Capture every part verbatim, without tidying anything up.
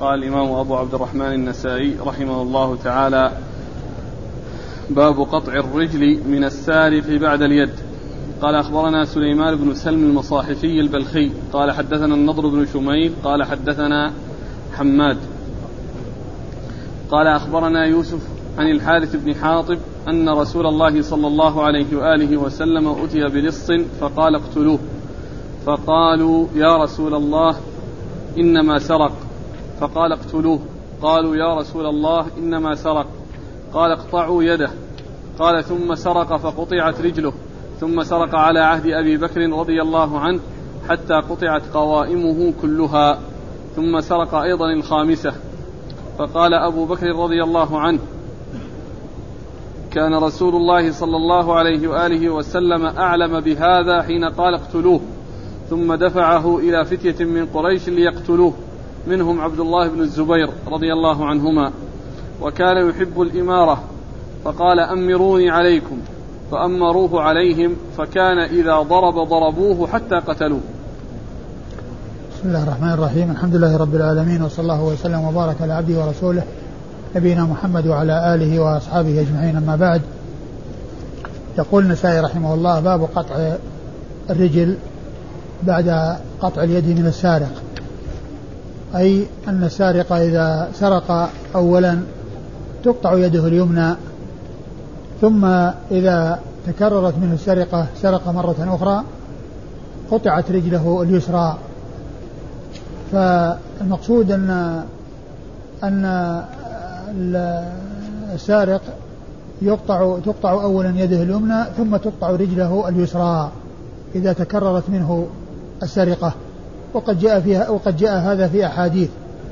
قال الإمام أبو عبد الرحمن النسائي رحمه الله تعالى: باب قطع الرجل من السارق بعد اليد. قال أخبرنا سليمان بن سلم المصاحفي البلخي قال حدثنا النضر بن شميل قال حدثنا حماد قال أخبرنا يوسف عن الحارث بن حاطب أن رسول الله صلى الله عليه وآله وسلم أتي بلص فقال اقتلوه، فقالوا يا رسول الله إنما سرق، فقال اقتلوه. قالوا يا رسول الله إنما سرق، قال اقطعوا يده. قال ثم سرق فقطعت رجله، ثم سرق على عهد أبي بكر رضي الله عنه حتى قطعت قوائمه كلها، ثم سرق أيضا الخامسة. فقال أبو بكر رضي الله عنه: كان رسول الله صلى الله عليه وآله وسلم أعلم بهذا حين قال اقتلوه، ثم دفعه إلى فتية من قريش ليقتلوه، منهم عبد الله بن الزبير رضي الله عنهما، وكان يحب الإمارة، فقال أمروني عليكم، فأمروه عليهم، فكان إذا ضرب ضربوه حتى قتلوه. بسم الله الرحمن الرحيم. الحمد لله رب العالمين، وصلى الله وسلم وبارك على عبده ورسوله نبينا محمد وعلى آله وأصحابه أجمعين، أما بعد. يقول النسائي رحمه الله: باب قطع الرجل بعد قطع اليد من السارق، أي أن السارق إذا سرق أولا تقطع يده اليمنى، ثم إذا تكررت منه السرقة سرق مرة أخرى قطعت رجله اليسرى. فالمقصود أن أن السارق يقطع تقطع أولا يده اليمنى ثم تقطع رجله اليسرى إذا تكررت منه السرقة، وقد جاء فيها وقد جاء هذا في أحاديث،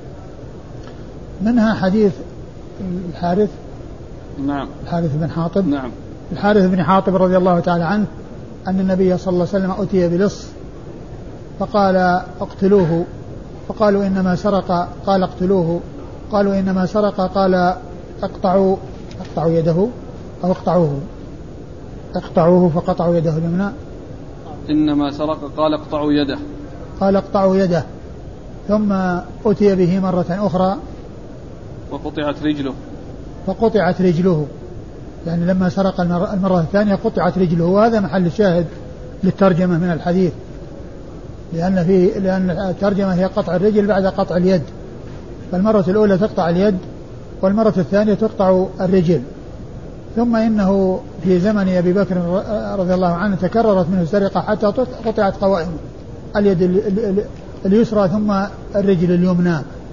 منها حديث الحارث نعم الحارث بن حاطب نعم الحارث بن حاطب رضي الله تعالى عنه أن النبي صلى الله عليه وسلم أتي بلص فقال اقتلوه، فقالوا إنما سرق، قال اقتلوه، قالوا إنما سرق، قال اقطعوا اقطعوا يده أو اقطعوه اقطعوه فقطعوا يده اليمنى. إنما سرق قال اقطعوا يده، قال اقطعوا يده، ثم أتي به مرة أخرى وقطعت رجله فقطعت رجله، يعني لما سرق المرة الثانية قطعت رجله، وهذا محل الشاهد للترجمة من الحديث، لأن فيه لأن الترجمة هي قطع الرجل بعد قطع اليد، فالمرة الأولى تقطع اليد والمرة الثانية تقطع الرجل. ثم إنه في زمن أبي بكر رضي الله عنه تكررت منه السرقة حتى قطعت قوائمه، اليد اليسرى ثم الرجل اليمنى،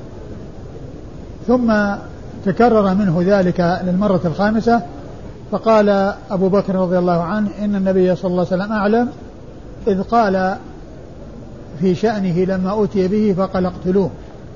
ثم تكرر منه ذلك للمرة الخامسة، فقال أبو بكر رضي الله عنه إن النبي صلى الله عليه وسلم أعلم، إذ قال في شأنه لما أتي به فقال اقتلوه،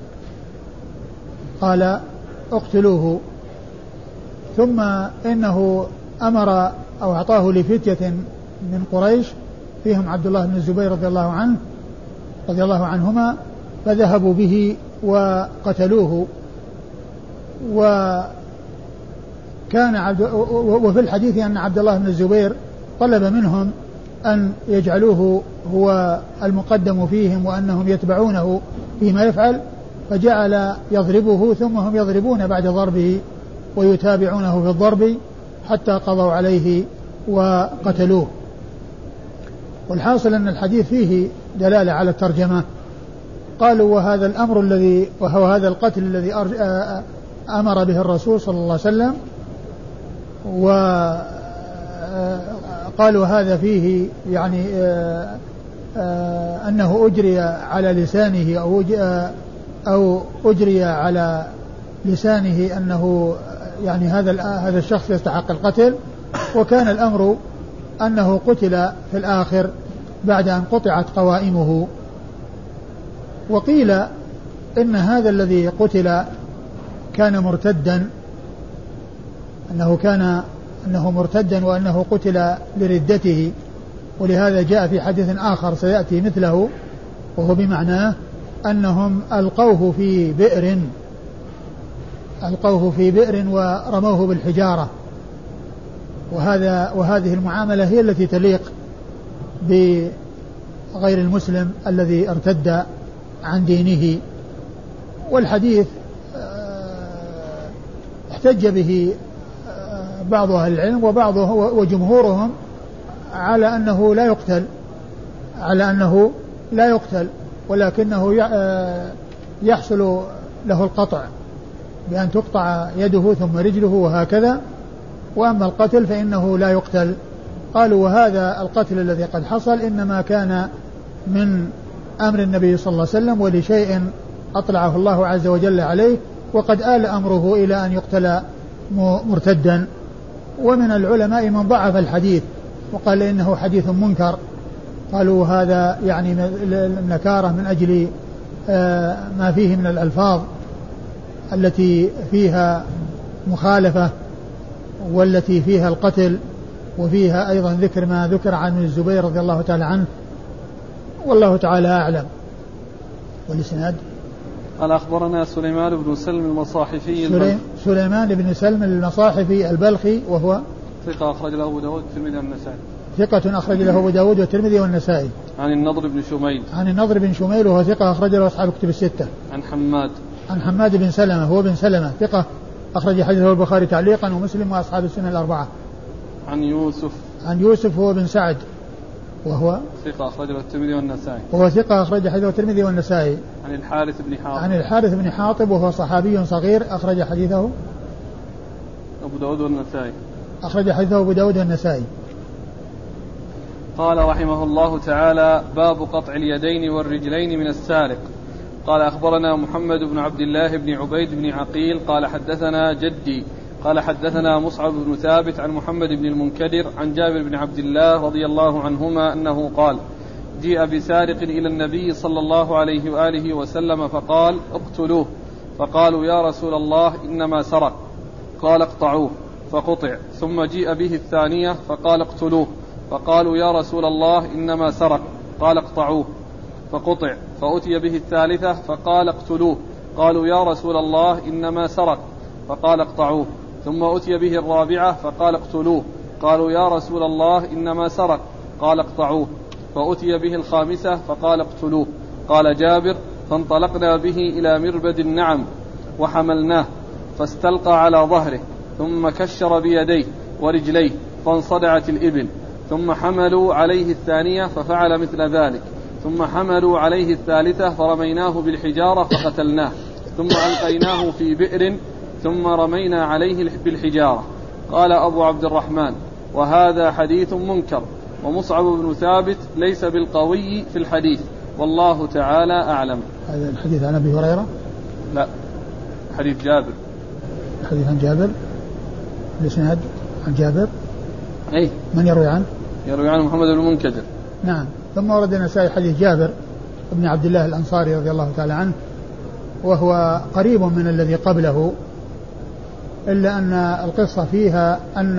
قال اقتلوه. ثم إنه أمر أو أعطاه لفتية من قريش فيهم عبد الله بن الزبير رضي الله عنه رضي الله عنهما، فذهبوا به وقتلوه. وكان عبد وفي الحديث أن عبد الله بن الزبير طلب منهم أن يجعلوه هو المقدم فيهم وأنهم يتبعونه فيما يفعل، فجعل يضربه ثم هم يضربون بعد ضربه ويتابعونه في الضرب حتى قضوا عليه وقتلوه. والحاصل أن الحديث فيه دلالة على الترجمة. قالوا وهذا الأمر الذي وهو هذا القتل الذي أمر به الرسول صلى الله عليه وسلم، وقالوا هذا فيه يعني أنه أجري على لسانه أو أو أجري على لسانه أنه يعني هذا هذا الشخص يستحق القتل، وكان الأمر أنه قتل في الآخر بعد أن قطعت قوائمه. وقيل إن هذا الذي قتل كان مرتدا، أنه كان أنه مرتدا وأنه قتل لردته، ولهذا جاء في حديث آخر سيأتي مثله وهو بمعناه أنهم ألقوه في بئر ألقوه في بئر ورموه بالحجارة. وهذا وهذه المعاملة هي التي تليق بغير المسلم الذي ارتد عن دينه. والحديث احتج به بعض أهل العلم وبعضه وجمهورهم على أنه لا يقتل على أنه لا يقتل ولكنه يحصل له القطع بأن تقطع يده ثم رجله وهكذا، وأما القتل فإنه لا يقتل. قالوا وهذا القتل الذي قد حصل إنما كان من أمر النبي صلى الله عليه وسلم ولشيء أطلعه الله عز وجل عليه، وقد آل أمره إلى أن يقتل مرتدا. ومن العلماء من ضعف الحديث وقال إنه حديث منكر، قالوا هذا يعني النكارة من أجل ما فيه من الألفاظ التي فيها مخالفة والتي فيها القتل، وفيها أيضا ذكر ما ذكر عن الزبير رضي الله تعالى عنه، والله تعالى أعلم. والإسناد قال أخبرنا سليمان بن سلم المصاحفي سلي... سليمان بن سلم المصاحفي البلخي وهو ثقة أخرج له أبو داود والترمذي والنسائي. ثقة أخرج له أبو داود والترمذي والنسائي. عن النضر بن شميل عن النضر بن شميل وهو ثقة أخرج له أصحاب كتب الستة. عن حماد عن حماد بن سلمة هو بن سلمة ثقة أخرج حديثه البخاري تعليقا ومسلم وأصحاب السنة الأربعة. عن يوسف عن يوسف هو بن سعد وهو ثقة أخرج له الترمذي والنسائي. وهو ثقة أخرج حديثه الترمذي والنسائي. عن الحارث بن حاطب عن الحارث بن حاطب وهو صحابي صغير أخرج حديثه أبو داود والنسائي. أخرج حديثه أبو داود والنسائي. قال رحمه الله تعالى: باب قطع اليدين والرجلين من السارق. قال أخبرنا محمد بن عبد الله بن عبيد بن عقيل قال حدثنا جدي قال حدثنا مصعب بن ثابت عن محمد بن المنكدر عن جابر بن عبد الله رضي الله عنهما أنه قال: جيء بسارق إلى النبي صلى الله عليه وآله وسلم فقال: اقتلوه. فقالوا: يا رسول الله إنما سرق. قال: اقطعوه. فقطع. ثم جيء به الثانية فقال: اقتلوه. فقالوا: يا رسول الله إنما سرق. قال: اقطعوه. فقطع. فأتي به الثالثة فقال: اقتلوه. قالوا: يا رسول الله إنما سرق. فقال: اقطعوه. ثم أتي به الرابعة فقال: اقتلوه. قالوا: يا رسول الله إنما سرق. قال: اقطعوه. فأتي به الخامسة فقال: اقتلوه. قال جابر: فانطلقنا به إلى مربد النعم وحملناه فاستلقى على ظهره ثم كشر بيديه ورجليه فانصدعت الإبل، ثم حملوا عليه الثانية ففعل مثل ذلك، ثم حملوا عليه الثالثة فرميناه بالحجارة فقتلناه، ثم ألقيناه في بئر ثم رمينا عليه بالحجارة. قال أبو عبد الرحمن: وهذا حديث منكر، ومصعب بن ثابت ليس بالقوي في الحديث، والله تعالى أعلم. هذا الحديث عن أبي هريرة؟ لا، حديث جابر. حديث عن جابر الإسناد عن جابر. أي من يروي عنه؟ يروي عنه محمد بن المنكدر. نعم. ثم ورد النسائي حديث جابر بن عبد الله الأنصاري رضي الله تعالى عنه، وهو قريب من الذي قبله، إلا أن القصة فيها أن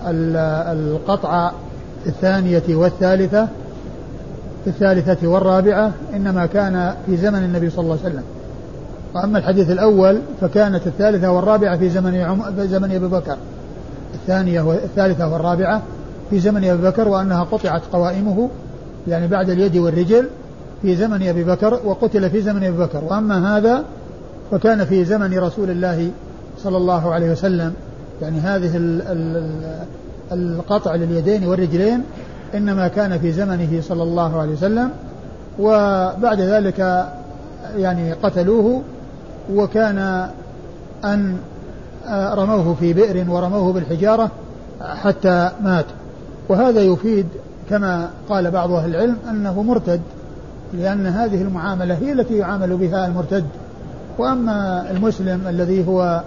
القطع الثانية والثالثة الثالثة والرابعة إنما كان في زمن النبي صلى الله عليه وسلم، وأما الحديث الأول فكانت الثالثة والرابعة في زمن عم... في زمن أبي بكر، الثانية والثالثة والرابعة في زمن أبي بكر، وأنها قطعت قوائمه يعني بعد اليد والرجل في زمن أبي بكر، وقتل في زمن أبي بكر. وأما هذا فكان في زمن رسول الله صلى الله عليه وسلم، يعني هذه ال... ال... القطع لليدين والرجلين إنما كان في زمنه صلى الله عليه وسلم، وبعد ذلك يعني قتلوه، وكان أن رموه في بئر ورموه بالحجارة حتى مات. وهذا يفيد كما قال بعض أهل العلم أنه مرتد، لأن هذه المعاملة هي التي يعامل بها المرتد، وأما المسلم الذي هو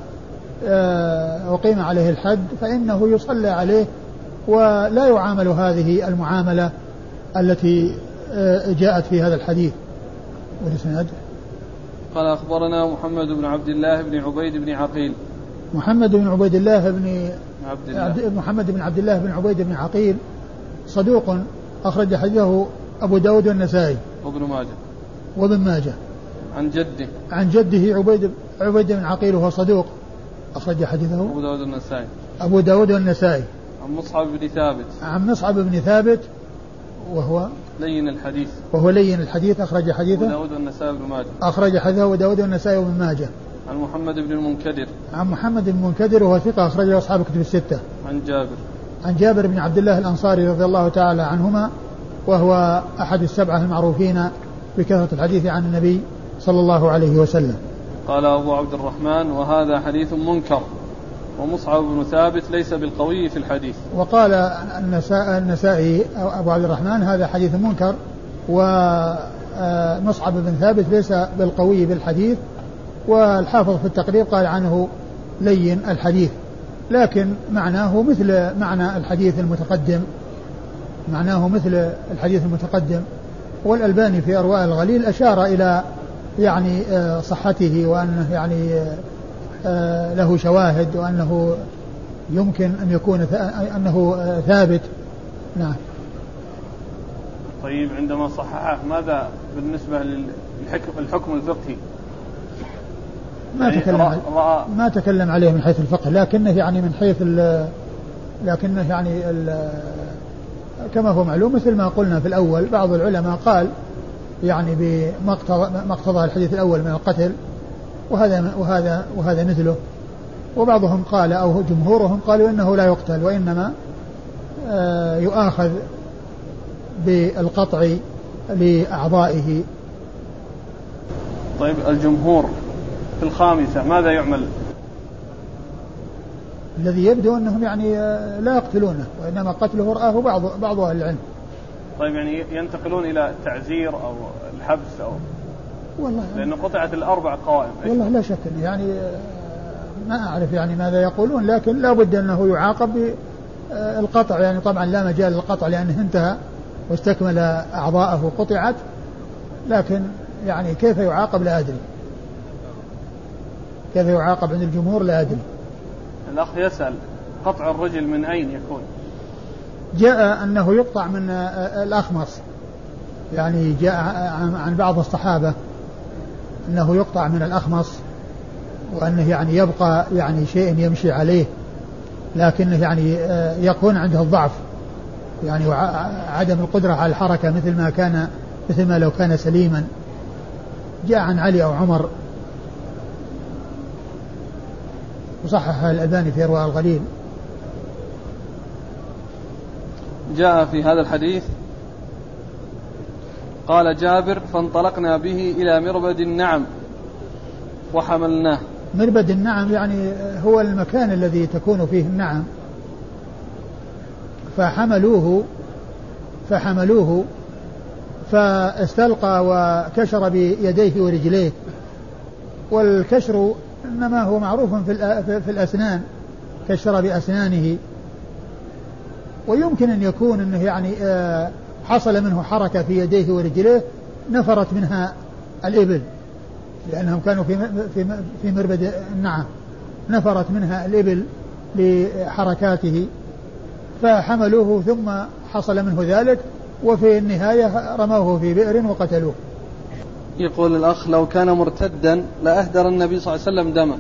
أقيم عليه الحد فإنه يصلى عليه ولا يعامل هذه المعاملة التي جاءت في هذا الحديث. والإسناد قال أخبرنا محمد بن عبد الله بن عبيد بن عقيل. محمد بن عبيد الله بن عبد الله. محمد بن عبد الله بن عبيد بن عقيل صدوق أخرج حديثه أبو داود والنسائي وابن ماجه وابن ماجه. عن جده عن جده عبيد عبيد بن عقيل وهو صدوق أخرج حديثه أبو داود والنسائي أبو داود والنسائي. عن مصعب بن ثابت عن مصعب بن ثابت وهو لين الحديث. وهو لين الحديث أخرج حديثه وداود والنسائي وابن ماجه. أخرج حديثه وداود والنسائي وابن ماجه. عن محمد بن المنكدر. عن محمد بن المنكدر وهو ثقة أخرجه أصحاب الكتب الستة. عن جابر. عن جابر بن عبد الله الأنصاري رضي الله تعالى عنهما وهو أحد السبعة المعروفين بكثرة الحديث عن النبي صلى الله عليه وسلم. قال أبو عبد الرحمن وهذا حديث منكر ومصعب بن ثابت ليس بالقوي في الحديث. وقال النسائي أبو عبد الرحمن هذا حديث منكر ومصعب بن ثابت ليس بالقوي بالحديث. والحافظ في التقريب قال عنه لين الحديث لكن معناه مثل معنى الحديث المتقدم معناه مثل الحديث المتقدم. والألباني في أرواء الغليل أشار إلى يعني صحته وأنه يعني له شواهد وأنه يمكن أن يكون أنه ثابت. نعم. طيب عندما صححه ماذا بالنسبة للحكم الفقهي؟ ما يعني تكلم ما تكلم عليه من حيث الفقه لكنه يعني من حيث لكنه يعني كما هو معلوم مثل ما قلنا في الأول بعض العلماء قال يعني بما اقتضى الحديث الأول من القتل وهذا وهذا وهذا مثله. وبعضهم قال أو جمهورهم قالوا إنه لا يقتل وإنما يؤاخذ بالقطع لأعضائه. طيب الجمهور في الخامسة ماذا يعمل؟ الذي يبدو أنهم يعني لا يقتلونه وإنما قتله رآه بعض بعض أهل العلم. طيب يعني ينتقلون إلى التعزير أو الحبس أو والله لأنه قطعت الأربع قوائم. والله لا شك يعني ما أعرف يعني ماذا يقولون لكن لا بد أنه يعاقب بالقطع يعني طبعا لا مجال للقطع لأنه انتهى واستكمل أعضاءه قطعت لكن يعني كيف يعاقب لا أدري كيف يعاقب عند الجمهور لا أدري. الأخ يسأل قطع الرجل من أين يكون؟ جاء أنه يقطع من الأخمص يعني جاء عن بعض الصحابة أنه يقطع من الأخمص وأنه يعني يبقى يعني شيء يمشي عليه لكنه يعني يكون عنده الضعف يعني وعدم القدرة على الحركة مثل ما كان مثل ما لو كان سليما. جاء عن علي أو عمر وصحح الألباني في أرواء الغليل. جاء في هذا الحديث قال جابر فانطلقنا به إلى مربد النعم وحملناه. مربد النعم يعني هو المكان الذي تكون فيه النعم فحملوه فحملوه فاستلقى وكشر بيديه ورجليه. والكشر إنما هو معروف في الأسنان كشر بأسنانه ويمكن أن يكون أنه يعني حصل منه حركة في يديه ورجليه نفرت منها الإبل لأنهم كانوا في في مربد النعم نفرت منها الإبل لحركاته فحملوه ثم حصل منه ذلك وفي النهاية رموه في بئر وقتلوه. يقول الأخ لو كان مرتدا لأهدر النبي صلى الله عليه وسلم دمه.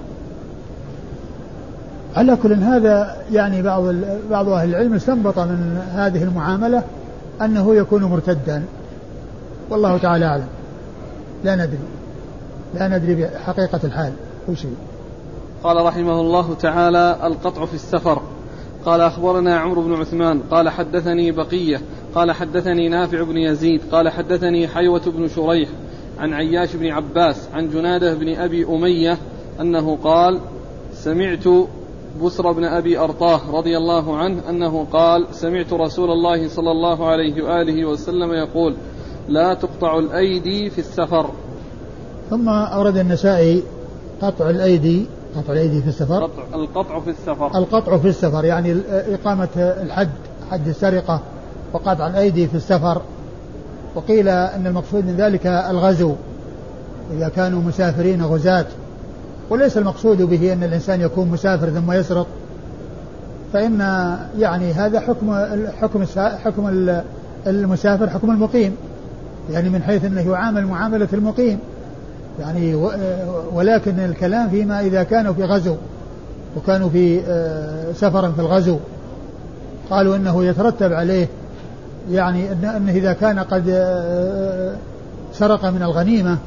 على كل هذا يعني بعض بعض أهل العلم استنبط من هذه المعاملة أنه يكون مرتدا والله تعالى أعلم لا ندري لا ندري بحقيقة الحال كل شيء. قال رحمه الله تعالى القطع في السفر. قال أخبرنا عمرو بن عثمان قال حدثني بقية قال حدثني نافع بن يزيد قال حدثني حيوة بن شريح عن عياش بن عباس عن جنادة بن أبي أمية أنه قال سمعت بسر بن أبي أرطاه رضي الله عنه أنه قال سمعت رسول الله صلى الله عليه وآله وسلم يقول لا تقطع الأيدي في السفر. ثم أورد النسائي قطع الأيدي قطع الأيدي في السفر قطع القطع في السفر القطع في السفر يعني إقامة الحد حد السرقة وقطع الأيدي في السفر. وقيل أن المقصود من ذلك الغزو إذا كانوا مسافرين غزاة وليس المقصود به أن الإنسان يكون مسافر ثم يسرق فإن يعني هذا حكم حكم حكم المسافر حكم المقيم يعني من حيث أنه يعامل معاملة المقيم يعني ولكن الكلام فيما إذا كانوا في غزو وكانوا في سفر في الغزو قالوا إنه يترتب عليه يعني أنه إذا كان قد سرق من الغنيمة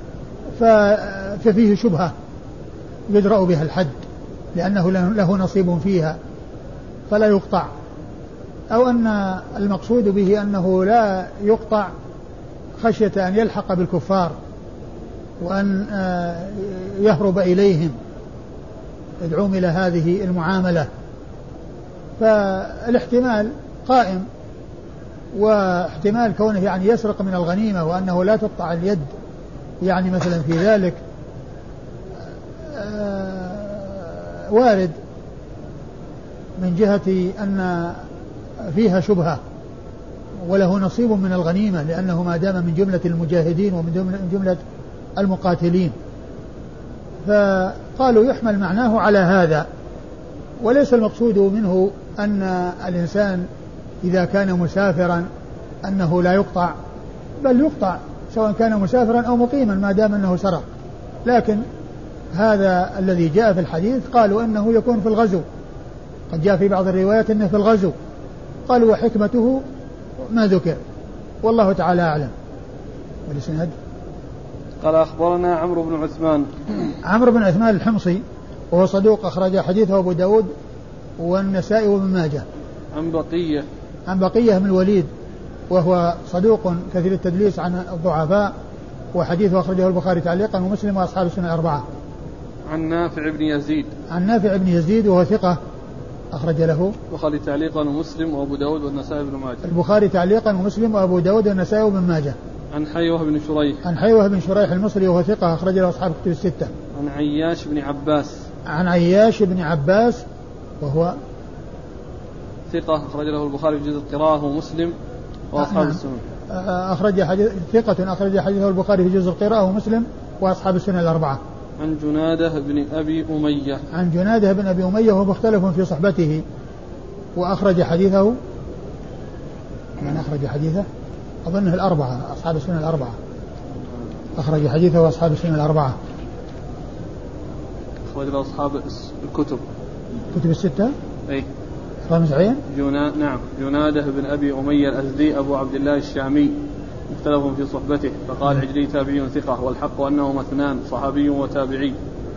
ففيه شبهة يدرأ بها الحد لأنه له نصيب فيها فلا يقطع، أو أن المقصود به أنه لا يقطع خشية أن يلحق بالكفار وأن يهرب إليهم يدعوهم إلى هذه المعاملة، فالاحتمال قائم، واحتمال كونه يعني يسرق من الغنيمة وأنه لا تقطع اليد يعني مثلا في ذلك وارد من جهة أن فيها شبهة وله نصيب من الغنيمة لأنه ما دام من جملة المجاهدين ومن جملة المقاتلين، فقالوا يحمل معناه على هذا، وليس المقصود منه أن الإنسان إذا كان مسافرا أنه لا يقطع، بل يقطع سواء كان مسافرا أو مقيما ما دام أنه سرق، لكن هذا الذي جاء في الحديث قالوا أنه يكون في الغزو، قد جاء في بعض الروايات أنه في الغزو، قالوا وحكمته ما ذكر والله تعالى أعلم. والإسناد قال أخبرنا عمرو بن عثمان عمرو بن عثمان الحمصي وهو صدوق أخرج حديثه أبو داود والنسائي وابن ماجه. عن بقية عن بقية من الوليد وهو صدوق كثير التدليس عن الضعفاء، وحديثه أخرجه البخاري تعليقا ومسلم وأصحاب السنة الأربعة. عن نافع بن يزيد عن نافع بن يزيد وهو ثقة أخرج له البخاري تعليقا ومسلم وأبو داود والنسائي بن ماجه. البخاري تعليقا ومسلم وأبو داود والنسائي وابن ماجه. عن حيوة بن شريح عن حيوة بن شريح المصري وهو ثقة أخرج له أصحاب الكتب الستة. عن عياش بن عباس عن عياش بن عباس وهو ثقة أخرج له البخاري في جزء القراءة ومسلم وأصحاب نعم. السنن. أخرج حديث ثقة أخرج حديثه البخاري في جزء القراءة ومسلم وأصحاب السنن الأربعة. عن جنادة بن أبي أمية عن جنادة بن أبي أمية وهو مختلف في صحبته، وأخرج حديثه من أخرج حديثه أظنه الأربعة أصحاب السنن الأربعة، أخرج حديثه أصحاب السنن الأربعة، أخرج له أصحاب الكتب كتب الستة. أي رامز عين جنا... نعم جنادة بن أبي أمية الأزدي أبو عبد الله الشامي مختلف في صحبته، فقال عجلي تابعي ثقة والحق أنهما اثنان صحابي وتابعي.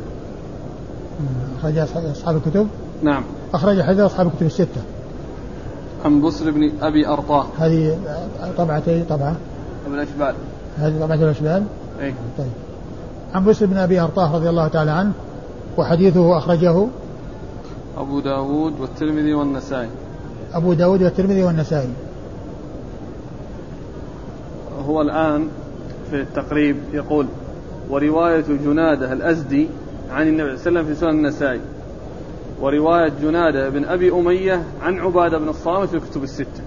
أخرج أصحاب الكتب. نعم أخرج حديث أصحاب الكتب الستة. عن بصر بن أبي أرطاه هذه طبعتي طبعة ابن الأشبال هذه طبعة الأشبال. أي طيب. عن بصر بن أبي أرطاه رضي الله تعالى عنه وحديثه أخرجه أبو داود والترمذي والنسائي. أبو داود والترمذي والنسائي. هو الآن في التقريب يقول ورواية جنادة الأزدي عن النبي صلى الله عليه وسلم في سنن النسائي، ورواية جنادة بن أبي أمية عن عبادة بن الصامت في الكتب الستة.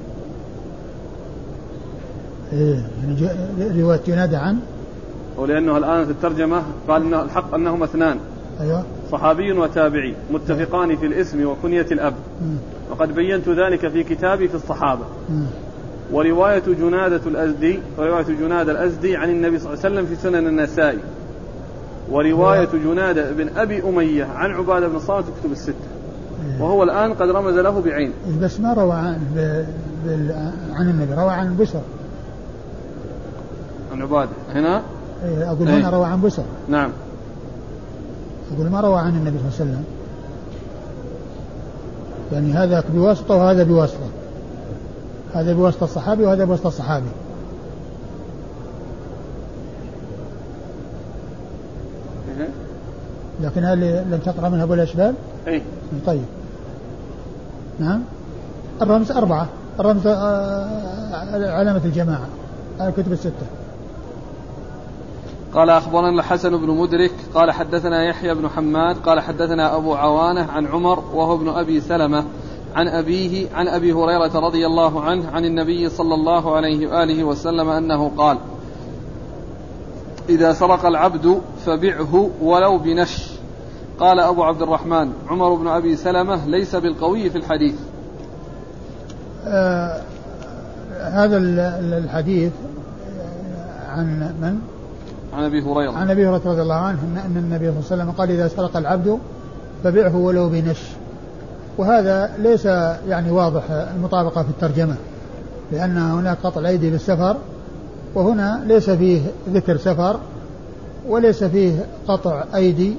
إيه يعني رواية جنادة عن، ولأنه الآن في الترجمة قال إنه الحق أنهما اثنان. أيوة. صحابي وتابعي متفقان في الاسم وكنية الأب، م. وقد بينت ذلك في كتابي في الصحابة. م. ورواية جنادة الأزدي ورواية جنادة الأزدي عن النبي صلى الله عليه وسلم في سنن النسائي، ورواية جنادة بن أبي أمية عن عبادة بن الصامت في الكتب الستة. وهو الآن قد رمز له بعين، بس ما روى عن, عن النبي، روى عن بسر عن عبادة هنا. أقول هنا روى عن بسر. نعم أقول ما روى عن النبي صلى الله عليه وسلم، يعني هذا بواسطة وهذا بواسطة، هذا بواسطة الصحابي وهذا بواسطة الصحابي. لكن هل لم تقرأ منها أبو الأشبال؟ أي طيب. نعم. الرمز أربعة، الرمز علامة الجماعة الكتب الستة. قال أخبرنا الحسن بن مدرك قال حدثنا يحيى بن حماد قال حدثنا أبو عوانة عن عمر وهو ابن أبي سلمة عن أبيه عن أبي هريرة رضي الله عنه عن النبي صلى الله عليه وآله وسلم أنه قال إذا سرق العبد فبعه ولو بنش. قال أبو عبد الرحمن عمر بن أبي سلمة ليس بالقوي في الحديث. آه هذا الحديث عن من؟ عن أبي هريرة عن أبي هريرة رضي الله عنه أن النبي صلى الله عليه وسلم قال إذا سرق العبد فبعه ولو بنش، وهذا ليس يعني واضح المطابقة في الترجمة، لأن هناك قطع الأيدي بالسفر، وهنا ليس فيه ذكر سفر وليس فيه قطع أيدي،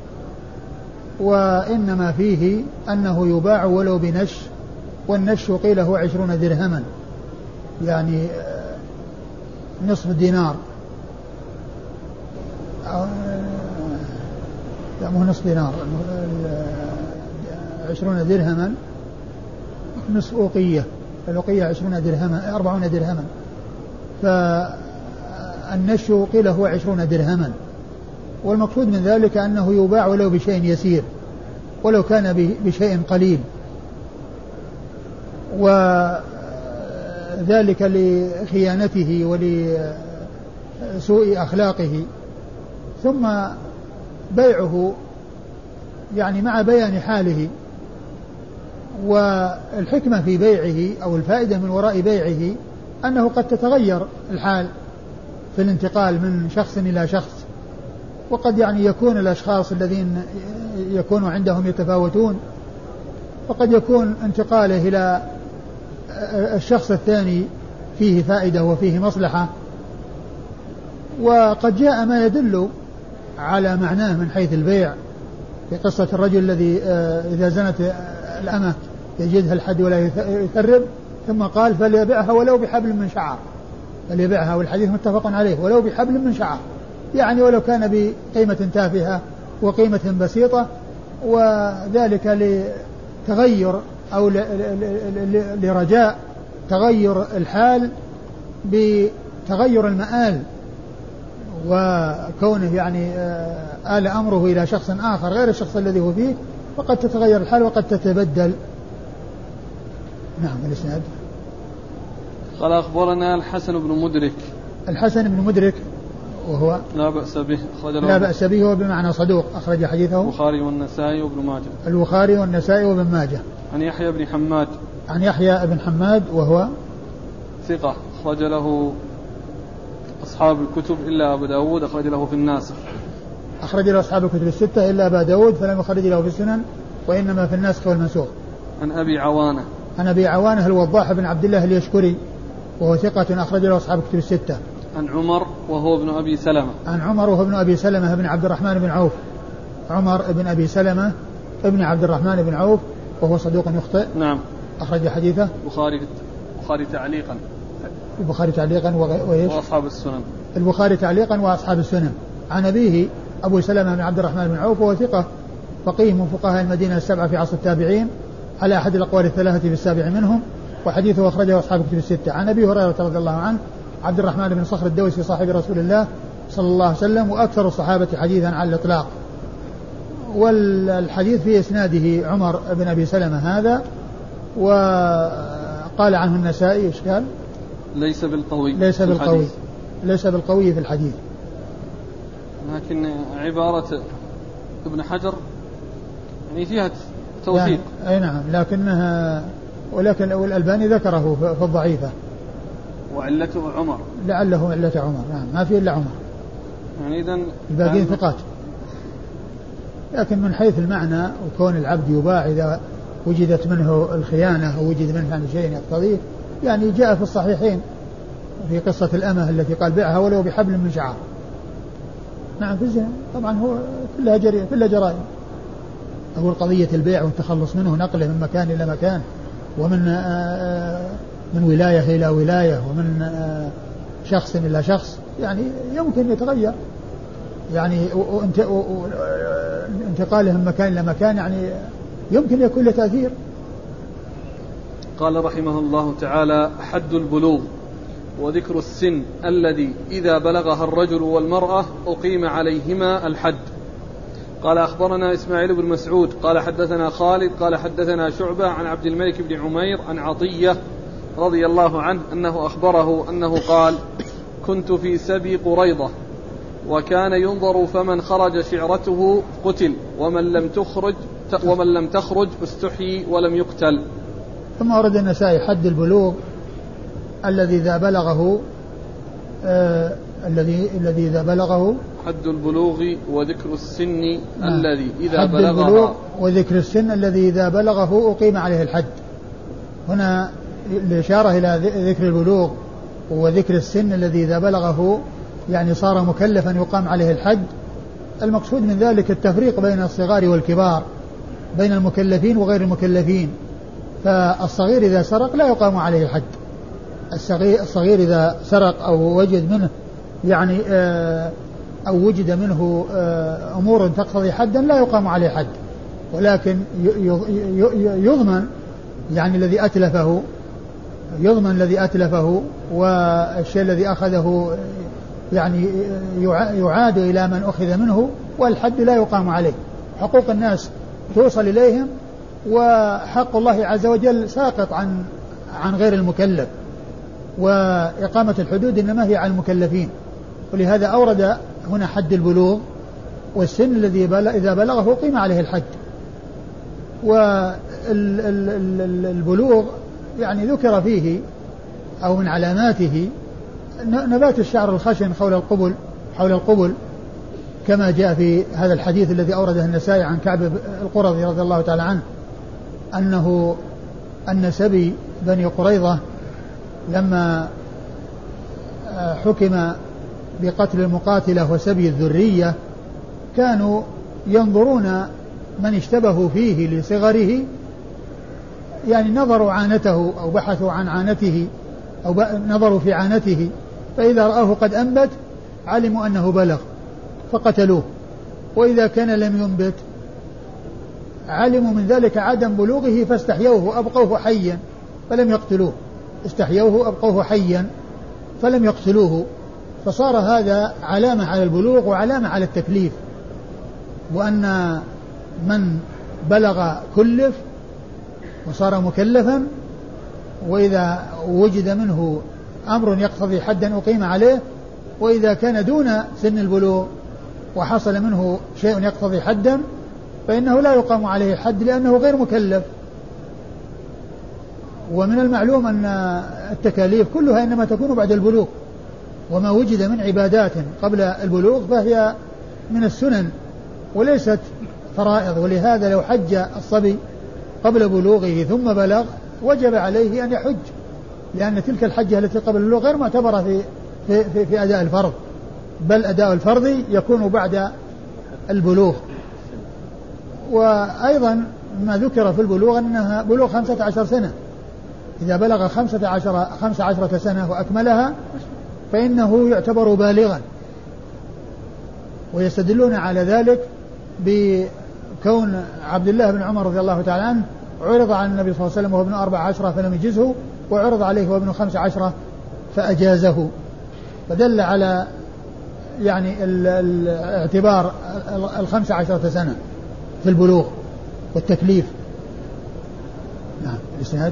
وإنما فيه أنه يباع ولو بنش، والنش قيل هو عشرون درهما، يعني نصف دينار، لا مو نصف دينار، عشرون درهما نصف أوقية، الأوقية عشرون درهما أربعون درهما، فالنش قيل هو عشرون درهما، والمقصود من ذلك أنه يباع ولو بشيء يسير، ولو كان بشيء قليل، وذلك لخيانته ولسوء أخلاقه. ثم بيعه يعني مع بيان حاله، والحكمة في بيعه أو الفائدة من وراء بيعه أنه قد تتغير الحال في الانتقال من شخص إلى شخص، وقد يعني يكون الأشخاص الذين يكون عندهم يتفاوتون، وقد يكون انتقاله إلى الشخص الثاني فيه فائدة وفيه مصلحة. وقد جاء ما يدل على معناه من حيث البيع في قصة الرجل الذي إذا زنت الأمة يجدها الحد ولا يثرب، ثم قال فليبيعها ولو بحبل من شعر، فليبيعها، والحديث متفق عليه، ولو بحبل من شعر، يعني ولو كان بقيمة تافهة وقيمة بسيطة، وذلك لتغير أو لرجاء تغير الحال بتغير المآل، وكونه يعني آل أمره إلى شخص آخر غير الشخص الذي هو فيه، فقد تتغير الحال وقد تتبدل. نعم. الإسناد قال أخبرنا الحسن بن مدرك. الحسن بن مدرك وهو لا بأس به لا بأس به هو بمعنى صدوق، أخرج حديثه البخاري والنسائي وابن ماجه. البخاري والنسائي وابن ماجه. عن يحيى بن حماد. عن يحيى بن حماد وهو ثقة، أخرج له أصحاب الكتب إلا أبو داود، أخرج له في الناسخ. أخرج له أصحاب الكتب الستة إلا أبا داود فلم يخرج له في السنن، وإنما في الناسخ والمنسوخ. عن أبي عوانة. عن أبي عوانة الوضاح بن عبد الله اليشكري وهو ثقة، أخرج له أصحاب الكتب الستة. عن عمر وهو ابن أبي سلمة. عن عمر وهو ابن أبي سلمة بن عبد الرحمن بن عوف. عمر بن أبي سلمة ابن عبد الرحمن بن عوف وهو صدوق يخطئ. نعم. أخرج حديثه البخاري البخاري تعليقا. البخاري تعليقا وإيش؟ وأصحاب السنن. البخاري تعليقا وأصحاب السنن. عن أبيه أبو سلمة بن عبد الرحمن بن عوف وهو ثقة فقيه من فقهاء المدينة السبعة في عصر التابعين على أحد الأقوال الثلاثة في السابع منهم، وحديثه أخرجه أصحاب الكتب الستة. عن أبي هريرة رضي الله عنه عبد الرحمن بن صخر الدوسي صاحب رسول الله صلى الله عليه وسلم، وأكثر الصحابة حديثا على الإطلاق. والحديث في إسناده عمر بن أبي سلمة هذا، وقال عنه النسائي إيش قال؟ ليس بالقوي. ليس بالقوي ليس بالقوي في الحديث. لكن عبارة ابن حجر يعني فيها توثيق. يعني أي نعم، لكنها ولكن الألباني ذكره في الضعيفة. وعلته عمر. لعله علة عمر. نعم، ما في إلا عمر. يعني إذن الباقين ثقات. لكن من حيث المعنى وكون العبد يباع إذا وجدت منه الخيانة أو وجد منه شيء يقتضيه، يعني جاء في الصحيحين في قصة الأمة التي قال بيعها ولو بحبل من شعر. نعم في الزنا طبعا هو كلها جريمة كلها جرائم. أول قضية البيع والتخلص منه نقله من مكان إلى مكان، ومن من ولاية إلى ولاية، ومن شخص إلى شخص، يعني يمكن يتغير، يعني انتقاله من مكان إلى مكان يعني يمكن يكون له تأثير. قال رحمه الله تعالى: حد البلوغ وذكر السن الذي إذا بلغها الرجل والمرأة أقيم عليهما الحد. قال أخبرنا إسماعيل بن مسعود قال حدثنا خالد قال حدثنا شعبة عن عبد الملك بن عمير عن عطية رضي الله عنه أنه أخبره أنه قال: كنت في سبي قريضة وكان ينظر فمن خرج شعرته قتل ومن لم تخرج ومن لم تخرج استحيي ولم يقتل. ثم ورد النسائي حد البلوغ الذي إذا بلغه آه الذي الذي إذا بلغه حد البلوغ وذكر السن آه الذي إذا حد بلغه البلوغ وذكر السن الذي إذا بلغه أقيم عليه الحد. هنا الإشارة إلى ذكر البلوغ وذكر السن الذي إذا بلغه يعني صار مكلفا يقام عليه الحد، المقصود من ذلك التفريق بين الصغار والكبار، بين المكلفين وغير المكلفين. فالصغير إذا سرق لا يقام عليه الحد، الصغير, الصغير إذا سرق أو وجد منه يعني أو وجد منه أمور تقتضي حدا لا يقام عليه حد، ولكن يضمن يعني الذي أتلفه، يضمن الذي أتلفه، والشيء الذي أخذه يعني يعاد إلى من أخذ منه، والحد لا يقام عليه. حقوق الناس توصل إليهم، وحق الله عز وجل ساقط عن عن غير المكلف، وإقامة الحدود إنما هي على المكلفين. ولهذا أورد هنا حد البلوغ والسن الذي إذا بلغه قيم عليه الحد. والبلوغ يعني ذكر فيه أو من علاماته نبات الشعر الخشن حول القبل حول القبل كما جاء في هذا الحديث الذي أورده النسائي عن كعب القرظي رضي الله تعالى عنه أنه أن سبي بني قريظة لما حكم بقتل المقاتلة وسبي الذرية كانوا ينظرون من اشتبهوا فيه لصغره، يعني نظروا عانته أو بحثوا عن عانته أو نظروا في عانته، فإذا رآه قد أنبت علموا أنه بلغ فقتلوه، وإذا كان لم ينبت علموا من ذلك عدم بلوغه فاستحيوه وأبقوه حيا فلم يقتلوه، استحيوه وأبقوه حيا فلم يقتلوه. فصار هذا علامة على البلوغ وعلامة على التكليف، وأن من بلغ كلف وصار مكلفا، وإذا وجد منه أمر يقتضي حدا أقيم عليه، وإذا كان دون سن البلوغ وحصل منه شيء يقتضي حدا فإنه لا يقام عليه حد لأنه غير مكلف. ومن المعلوم أن التكاليف كلها إنما تكون بعد البلوغ، وما وجد من عبادات قبل البلوغ فهي من السنن وليست فرائض. ولهذا لو حج الصبي قبل بلوغه ثم بلغ وجب عليه أن يحج، لأن تلك الحجة التي قبل البلوغ غير معتبرة في, في, في, في أداء الفرض، بل أداء الفرض يكون بعد البلوغ. وأيضا ما ذكر في البلوغ أنها بلوغ خمسة عشر سنة، إذا بلغ خمسة عشر, خمسة عشرة سنة وأكملها فإنه يعتبر بالغا. ويستدلون على ذلك بكون عبد الله بن عمر رضي الله تعالى عنه عرض على النبي صلى الله عليه وسلم وهو ابن أربع عشرة فلم يجزه، وعرض عليه وهو ابن خمس عشرة فأجازه، فدل على يعني الاعتبار الخمس عشرة سنة في البلوغ والتكليف. نعم. الإسناد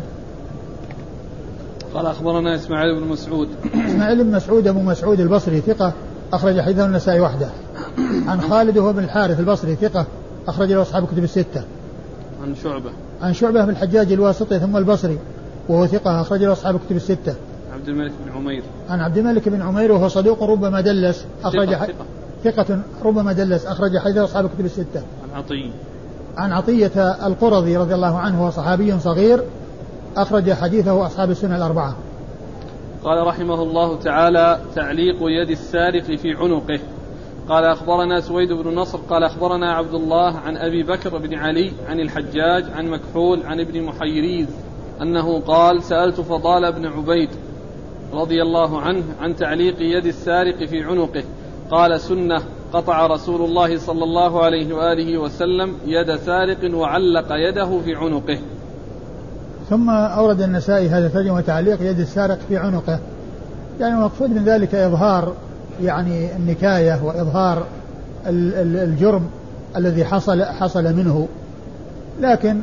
قال أخبرنا إسماعيل بن مسعود. إسماعيل بن مسعود أبو مسعود البصري ثقة أخرج حديثه النسائي وحده. عن خالد وهو بن الحارث البصري ثقة أخرج له أصحاب كتب الستة. عن شعبة عن شعبة بن الحجاج الواسطي ثم البصري وهو ثقة أخرج له أصحاب كتب الستة. عبد الملك بن عمير. عن عبد الملك بن عمير وهو صدوق ربما دلس أخرج ثقة, ح... ثقة. ثقة ربما دلس أخرج حديثه أصحاب كتب الستة. عن عطية عن عطية القرظي رضي الله عنه، هو صحابي صغير أخرج حديثه أصحاب السنة الأربعة. قال رحمه الله تعالى: تعليق يد السارق في عنقه. قال أخبرنا سويد بن نصر قال أخبرنا عبد الله عن أبي بكر بن علي عن الحجاج عن مكحول عن ابن محيريز أنه قال: سألت فضال بن عبيد رضي الله عنه عن تعليق يد السارق في عنقه، قال: سنة، قطع رسول الله صلى الله عليه وآله وسلم يد سارق وعلق يده في عنقه. ثم أورد النسائي هذا ترجمة تعليق يد السارق في عنقه، يعني المقصود من ذلك إظهار يعني النكاية وإظهار الجرم الذي حصل حصل منه، لكن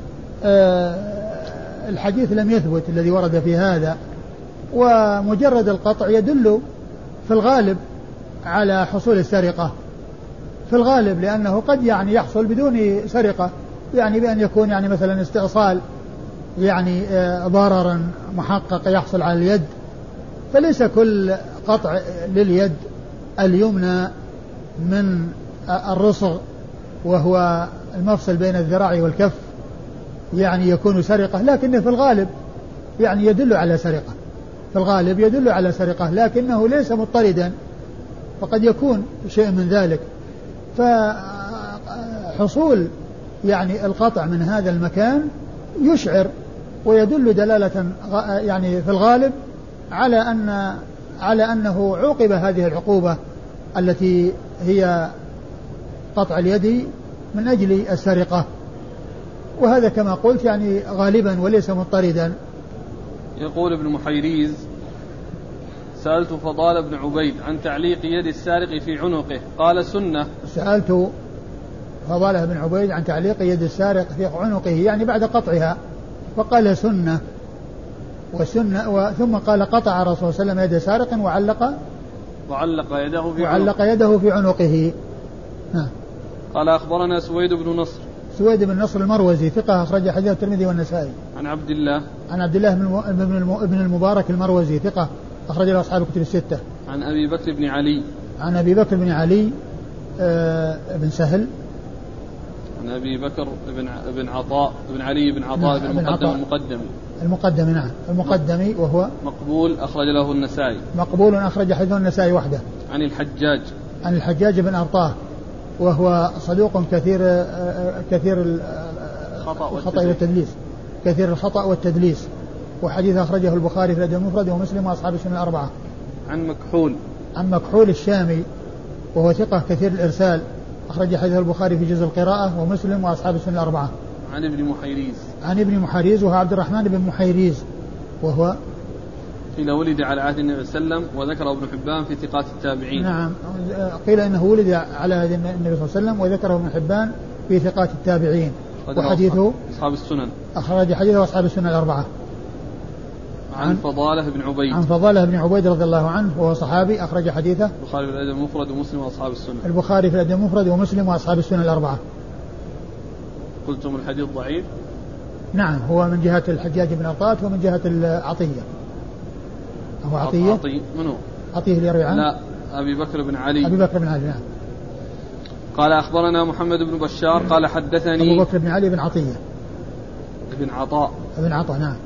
الحديث لم يثبت الذي ورد في هذا، ومجرد القطع يدل في الغالب على حصول السرقة في الغالب، لأنه قد يعني يحصل بدون سرقة، يعني بأن يكون يعني مثلا استئصال يعني ضررا محقق يحصل على اليد، فليس كل قطع لليد اليمنى من الرصغ وهو المفصل بين الذراع والكف يعني يكون سرقة، لكن في الغالب يعني يدل على سرقة، في الغالب يدل على سرقة، لكنه ليس مضطردا، فقد يكون شيء من ذلك. فحصول يعني القطع من هذا المكان يشعر ويدل دلالة يعني في الغالب على أن على أنه عوقب هذه العقوبة التي هي قطع اليد من أجل السرقة، وهذا كما قلت يعني غالبا وليس مضطردا. يقول ابن محيريز: سألت فضال بن عبيد عن تعليق يد السارق في عنقه قال سنة. سألت فضال بن عبيد عن تعليق يد السارق في عنقه يعني بعد قطعها، فقال سنة وسنة، ثم قال قطع الرسول صلى الله عليه وسلم يد سارق وعلق وعلق يده في وعلق يده في عنقه. ها. قال أخبرنا سويد بن نصر. سويد بن نصر المروزي ثقة أخرج حديث الترمذي والنسائي. عن عبد الله عن عبد الله بن المبارك المروزي ثقة أخرج له أصحاب الكتب الستة. عن أبي بكر بن علي. عن أبي بكر بن علي آه بن سهل. عن أبي بكر بن بن عطاء بن علي بن عطاء بن المقدم المقدمي. المقدمي نعم المقدمي وهو مقبول أخرج له النسائي. مقبول أخرج حديث النسائي وحده. عن الحجاج. عن الحجاج بن أرطاه وهو صدوق كثير كثير الخطأ والتدليس كثير الخطأ والتدليس وحديث أخرجه البخاري في الأدب المفرد ومسلم وأصحاب السنن الأربعة. عن مكحول. عن مكحول الشامي وهو ثقة كثير الإرسال أخرج حديث البخاري في جزء القراءة ومسلم وأصحاب السنن الأربعة. عن ابن محيريز. عن ابن محيريز وهو عبد الرحمن بن محيريز وهو قيل ولد على عهد النبي صلى الله عليه وسلم وذكر ابن حبان في ثقات التابعين. نعم قيل انه ولد على عهد النبي صلى الله عليه وسلم وذكره ابن حبان في ثقات التابعين. وحديثه اصحاب السنن. اخرج حديثه اصحاب السنن الاربعه. عن, عن فضاله بن عبيد. عن فضاله بن عبيد رضي الله عنه وهو صحابي أخرج حديثه البخاري في الأدب المفرد ومسلم وأصحاب السنن. البخاري في الأدب المفرد ومسلم وأصحاب السنن الأربعة. قلتم الحديث ضعيف؟ نعم هو من جهة الحجاج بن أرطاة ومن جهة العطية. هو عطية؟ عطية من هو؟ عطية اللي يروي عنه؟ لا أبي بكر بن علي. أبي بكر بن علي نعم. قال أخبرنا محمد بن بشار قال حدثني أبو بكر بن علي بن عطية بن عطاء بن عطاء نعم.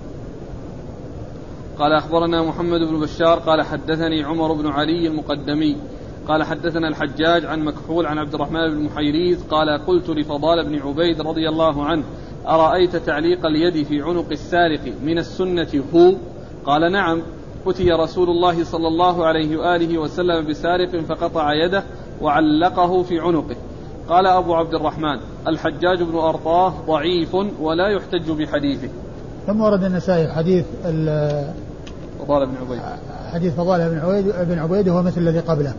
قال أخبرنا محمد بن بشار قال حدثني عمر بن علي المقدمي قال حدثنا الحجاج عن مكحول عن عبد الرحمن بن محيريز قال قلت لفضال بن عبيد رضي الله عنه أرأيت تعليق اليد في عنق السارق من السنة هو؟ قال نعم أتي رسول الله صلى الله عليه وآله وسلم بسارق فقطع يده وعلقه في عنقه. قال أبو عبد الرحمن الحجاج بن أرطاه ضعيف ولا يحتج بحديثه. ثم ورد النسائي حديث فضال بن عبيد حديث فضال بن عبيد بن عبيد هو مثل الذي قبله.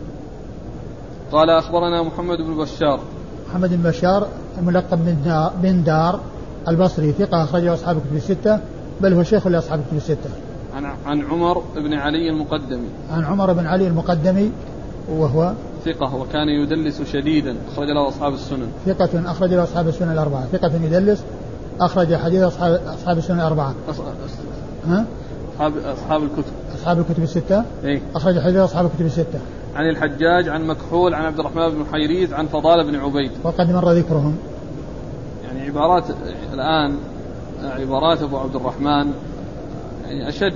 قال أخبرنا محمد بن بشار محمد بن بشار الملقب بن دار البصري ثقة أخرجه أصحاب الكتب الستة بل هو شيخ لأصحاب الكتب الستة. عن عن عمر بن علي المقدمي عن عمر بن علي المقدمي وهو ثقة وكان يدلس شديدا أخرج له أصحاب السنن. ثقة أخرج له أصحاب السنن الأربعة. ثقة يدلس أخرج حديث أصحاب أصحاب السنن الأربعة. ها؟ أصحاب أصحاب الكتب. أصحاب الكتب الستة. إيه؟ أخرج حديث أصحاب الكتب الستة. عن الحجاج عن مكحول عن عبد الرحمن بن حيريز عن فضال بن عبيد. وقد مر ذكرهم. يعني عبارات الآن عبارات أبو عبد الرحمن يعني أشد.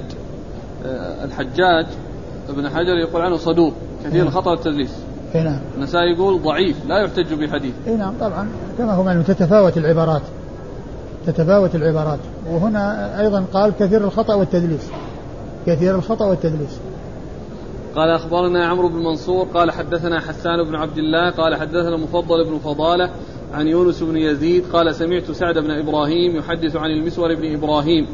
الحجاج ابن حجر يقول عنه صدوق كثير الخطأ والتدليس. اي نعم. النسائي يقول ضعيف لا يحتج بحديث. اي نعم طبعا كما هو معلوم تتفاوت العبارات تتفاوت العبارات وهنا أيضا قال كثير الخطأ والتدليس كثير الخطأ والتدليس. قال أخبرنا عمرو بن منصور قال حدثنا حسان بن عبد الله قال حدثنا مفضل بن فضالة عن يونس بن يزيد قال سمعت سعد بن إبراهيم يحدث عن المسور بن إبراهيم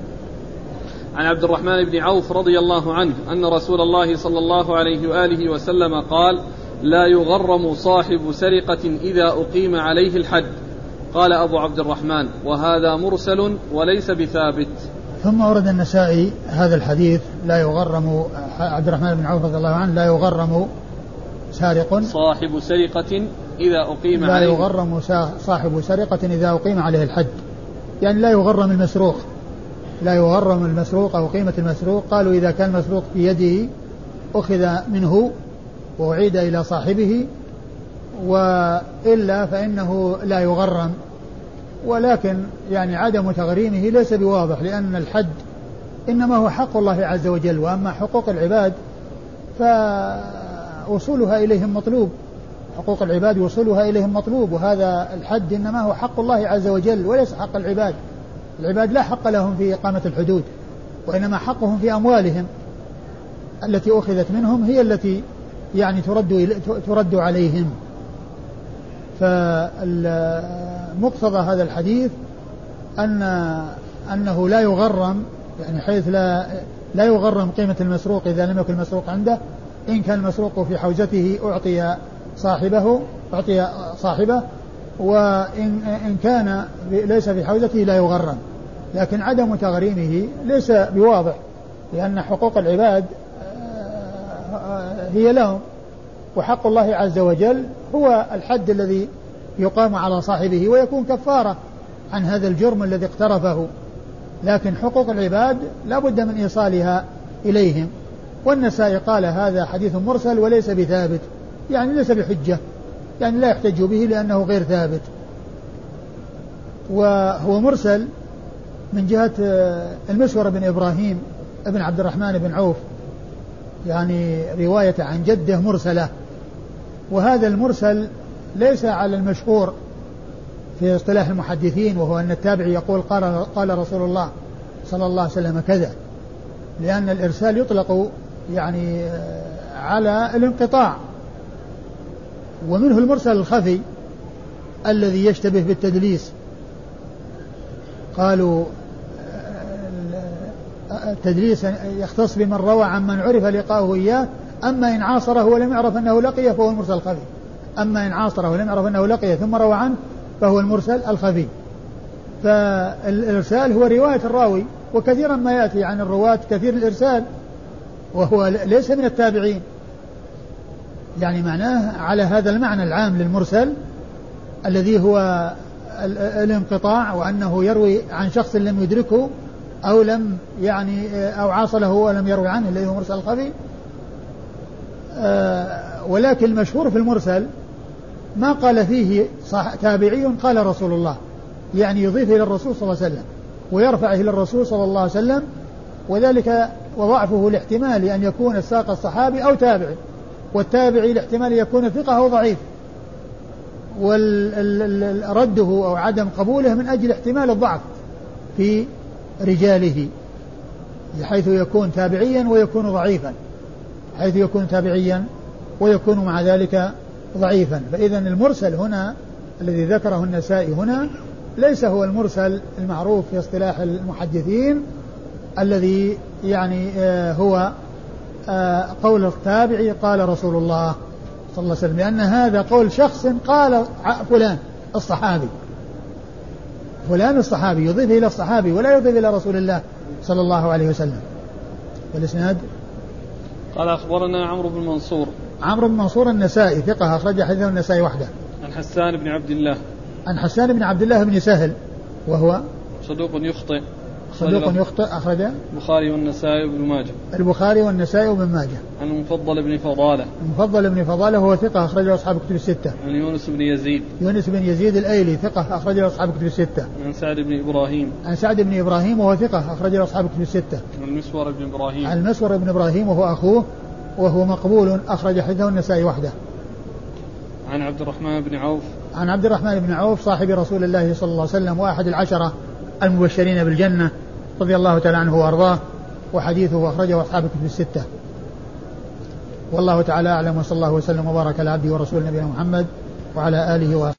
عن عبد الرحمن بن عوف رضي الله عنه أن رسول الله صلى الله عليه وآله وسلم قال لا يغرم صاحب سرقة إذا أقيم عليه الحد. قال أبو عبد الرحمن وهذا مرسل وليس بثابت. ثم ورد النسائي هذا الحديث لا يغرم عبد الرحمن بن عوف رضي الله عنه لا يغرم سارق صاحب سرقة إذا أقيم لا عليه لا يغرم صاحب سرقة إذا أقيم عليه الحد يعني لا يغرم المسروق لا يغرم المسروق أو قيمة المسروق. قالوا إذا كان المسروق في يده أخذ منه وأعيد إلى صاحبه وإلا فإنه لا يغرم ولكن يعني عدم تغريمه ليس بواضح لأن الحد إنما هو حق الله عز وجل، وأما حقوق العباد فوصولها إليهم مطلوب، حقوق العباد وصولها إليهم مطلوب، وهذا الحد إنما هو حق الله عز وجل وليس حق العباد. العباد لا حق لهم في إقامة الحدود، وإنما حقهم في أموالهم التي أخذت منهم هي التي يعني ترد, ترد عليهم. فمقتضى هذا الحديث أن أنه لا يغرم، يعني حيث لا لا يغرم قيمة المسروق إذا لم يكن المسروق عنده. إن كان المسروق في حوزته أعطي صاحبه أعطي صاحبه وإن إن كان ليس في حوزته لا يغرم. لكن عدم تغريمه ليس بواضح، لأن حقوق العباد هي لهم، وحق الله عز وجل هو الحد الذي يقام على صاحبه ويكون كفارة عن هذا الجرم الذي اقترفه. لكن حقوق العباد لا بد من إيصالها إليهم. والنسائي قال هذا حديث مرسل وليس بثابت، يعني ليس بحجة، يعني لا يحتج به لأنه غير ثابت. وهو مرسل من جهة المسور بن إبراهيم ابن عبد الرحمن بن عوف، يعني رواية عن جده مرسلة. وهذا المرسل ليس على المشهور في اصطلاح المحدثين، وهو أن التابعي يقول قال, قال رسول الله صلى الله عليه وسلم كذا، لأن الإرسال يطلق يعني على الانقطاع. ومنه المرسل الخفي الذي يشتبه بالتدليس. قالوا التدليس يختص بمن روى عن من عرف لقاؤه إياه، أما إن عاصره ولم يعرف أنه لقيه فهو المرسل الخفي. أما إن عاصره ولم يعرف أنه لقيه ثم روى عنه فهو المرسل الخفي. فالإرسال هو رواية الراوي، وكثيرا ما يأتي عن الرواة كثير الإرسال وهو ليس من التابعين، يعني معناه على هذا المعنى العام للمرسل الذي هو الانقطاع، وأنه يروي عن شخص لم يدركه أو لم يعني أو عاصله ولم يروي عنه الذي هو مرسل الخفي. ولكن المشهور في المرسل ما قال فيه تابعي قال رسول الله، يعني يضيف إلى الرسول صلى الله عليه وسلم ويرفعه إلى الرسول صلى الله عليه وسلم، وذلك وضعفه الاحتمال أن يكون الساق الصحابي أو تابعي، والتابعي الاحتمال يكون ثقة أو ضعيف، ورده أو عدم قبوله من أجل احتمال الضعف في رجاله، حيث يكون تابعيا ويكون ضعيفا، حيث يكون تابعيا ويكون مع ذلك ضعيفا. فإذا المرسل هنا الذي ذكره النسائي هنا ليس هو المرسل المعروف في اصطلاح المحدثين الذي يعني هو قول التابعي قال رسول الله صلى الله عليه وسلم، لأن هذا قول شخص قال فلان الصحابي، فلان الصحابي يضيف إلى الصحابي ولا يضيف إلى رسول الله صلى الله عليه وسلم. والإسناد قال أخبرنا عمرو بن منصور. عمرو بن منصور النسائي ثقة أخرج حديثه النسائي وحده. عن حسان بن عبد الله. عن حسان بن عبد الله بن سهل وهو صدوق يخطئ. صدوق يخطئ أخرج البخاري والنسائي وابن ماجه. البخاري والنسائي وابن ماجه. عن المفضل بن فضالة. المفضل بن فضالة وهو ثقة أخرجه أصحاب كتب الستة. عن يونس بن يزيد. يونس بن يزيد الأيلي ثقة أخرجه أصحاب كتب الستة. عن سعد بن إبراهيم. عن سعد بن إبراهيم وهو ثقة أخرجه أصحاب كتب الستة. عن المسور بن إبراهيم. عن المسور بن إبراهيم وهو أخوه وهو مقبول أخرج حديثه النسائي وحده. عن عبد الرحمن بن عوف. عن عبد الرحمن بن عوف صاحب رسول الله صلى الله عليه وسلم وأحد العشرة المبشرين بالجنة رضي الله تعالى عنه وأرضاه، وحديثه أخرجه أصحاب الكتب الستة. والله تعالى أعلم، وصلى الله وسلم وبارك على عبده ورسوله نبينا محمد وعلى آله وصحبه.